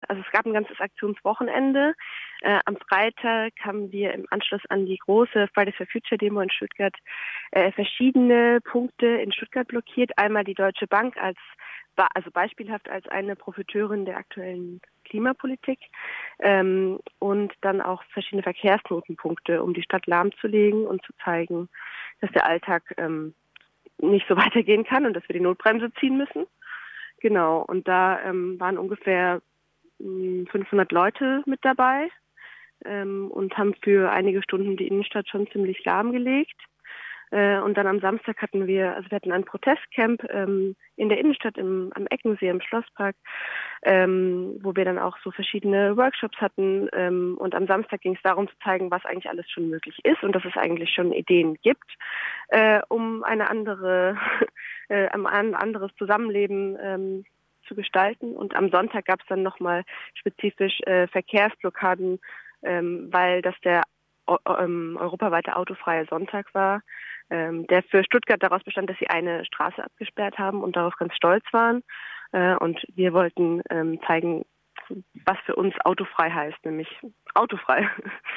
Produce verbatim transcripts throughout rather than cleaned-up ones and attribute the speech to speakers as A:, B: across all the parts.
A: also es gab ein ganzes Aktionswochenende. Äh, am Freitag haben wir im Anschluss an die große Fridays for Future Demo in Stuttgart äh, verschiedene Punkte in Stuttgart blockiert. Einmal die Deutsche Bank als, also beispielhaft als eine Profiteurin der aktuellen Klimapolitik ähm, und dann auch verschiedene Verkehrsknotenpunkte, um die Stadt lahmzulegen und zu zeigen, dass der Alltag ähm, nicht so weitergehen kann und dass wir die Notbremse ziehen müssen. Genau, und da ähm, waren ungefähr mh, fünfhundert Leute mit dabei ähm, und haben für einige Stunden die Innenstadt schon ziemlich lahmgelegt. Äh, und dann am Samstag hatten wir, also wir hatten ein Protestcamp ähm, in der Innenstadt im, am Eckensee im Schlosspark, ähm, wo wir dann auch so verschiedene Workshops hatten. Ähm, und am Samstag ging es darum zu zeigen, was eigentlich alles schon möglich ist und dass es eigentlich schon Ideen gibt, äh, um eine andere, äh, ein anderes Zusammenleben ähm, zu gestalten. Und am Sonntag gab es dann nochmal spezifisch äh, Verkehrsblockaden, ähm, weil das der ähm, europaweite autofreie Sonntag war, ähm, der für Stuttgart daraus bestand, dass sie eine Straße abgesperrt haben und darauf ganz stolz waren. Äh, und wir wollten ähm, zeigen, was für uns autofrei heißt, nämlich autofrei.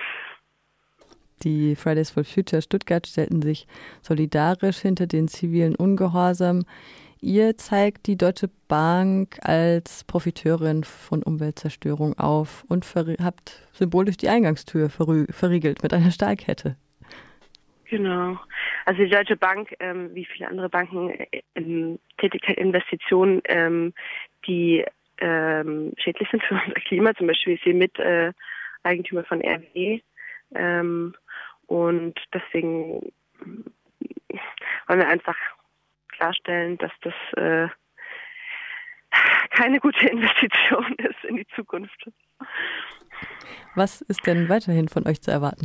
B: Die Fridays for Future Stuttgart stellten sich solidarisch hinter den zivilen Ungehorsam. Ihr zeigt die Deutsche Bank als Profiteurin von Umweltzerstörung auf und verri- habt symbolisch die Eingangstür verrü- verriegelt mit einer Stahlkette.
A: Genau. Also die Deutsche Bank, ähm, wie viele andere Banken, ähm, tätigt halt Investitionen, ähm, die ähm, schädlich sind für unser Klima. Zum Beispiel ist sie mit äh, Eigentümer von R W E. Ähm, und deswegen wollen wir einfach klarstellen, dass das äh, keine gute Investition ist in die Zukunft.
B: Was ist denn weiterhin von euch zu erwarten?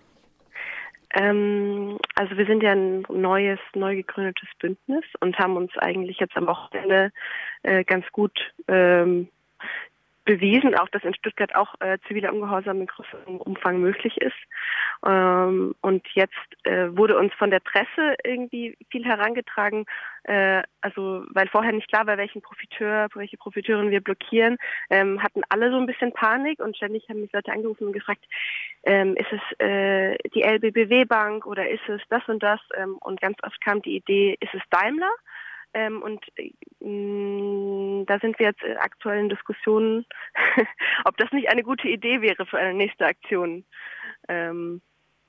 A: Ähm, also wir sind ja ein neues, neu gegründetes Bündnis und haben uns eigentlich jetzt am Wochenende äh, ganz gut ähm, bewiesen, auch dass in Stuttgart auch äh, ziviler Ungehorsam in größerem Umfang möglich ist. Ähm, und jetzt äh, wurde uns von der Presse irgendwie viel herangetragen, äh, also weil vorher nicht klar war, welchen Profiteur, welche Profiteurin wir blockieren, ähm, hatten alle so ein bisschen Panik und ständig haben mich Leute angerufen und gefragt, ähm, ist es äh, die L B B W-Bank oder ist es das und das? Ähm, und ganz oft kam die Idee, ist es Daimler? Ähm, und mh, da sind wir jetzt in aktuellen Diskussionen, ob das nicht eine gute Idee wäre für eine nächste Aktion, ähm,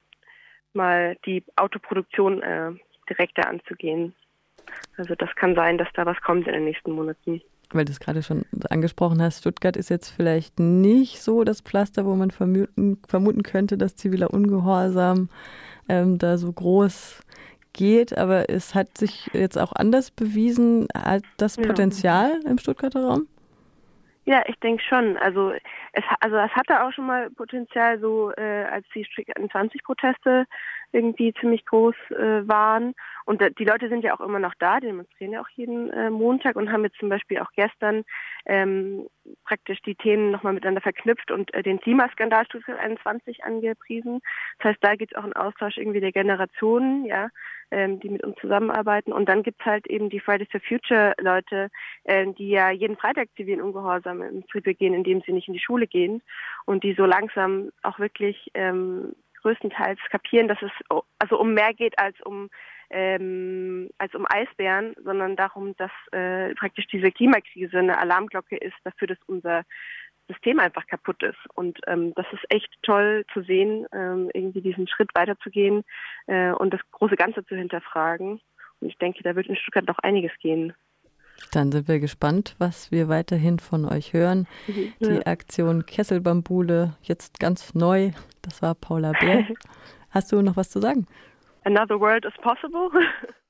A: mal die Autoproduktion äh, direkter anzugehen. Also das kann sein, dass da was kommt in den nächsten Monaten.
B: Weil du es gerade schon angesprochen hast, Stuttgart ist jetzt vielleicht nicht so das Pflaster, wo man vermuten, vermuten könnte, dass ziviler Ungehorsam ähm, da so groß geht, aber es hat sich jetzt auch anders bewiesen. Hat das Potenzial ja im Stuttgarter Raum?
A: Ja, ich denke schon. Also es, also es hatte auch schon mal Potenzial, so äh, als die Strict einundzwanzig-Proteste irgendwie ziemlich groß äh, waren. Und äh, die Leute sind ja auch immer noch da, die demonstrieren ja auch jeden äh, Montag und haben jetzt zum Beispiel auch gestern ähm, praktisch die Themen nochmal miteinander verknüpft und äh, den Klimaskandal Stuttgart einundzwanzig angepriesen. Das heißt, da gibt es auch einen Austausch irgendwie der Generationen, ja, ähm, die mit uns zusammenarbeiten. Und dann gibt es halt eben die Fridays for Future Leute, äh, die ja jeden Freitag zivilen Ungehorsam im Betrieb begehen, indem sie nicht in die Schule gehen und die so langsam auch wirklich ähm, größtenteils kapieren, dass es also um mehr geht als um ähm, als um Eisbären, sondern darum, dass äh, praktisch diese Klimakrise eine Alarmglocke ist dafür, dass unser System einfach kaputt ist. Und ähm, das ist echt toll zu sehen, ähm, irgendwie diesen Schritt weiterzugehen äh, und das große Ganze zu hinterfragen. Und ich denke, da wird in Stuttgart noch einiges gehen.
B: Dann sind wir gespannt, was wir weiterhin von euch hören. Mhm, ja. Die Aktion Kesselbambule, jetzt ganz neu. Das war Paula Bär. Hast du noch was zu sagen?
A: Another world is possible.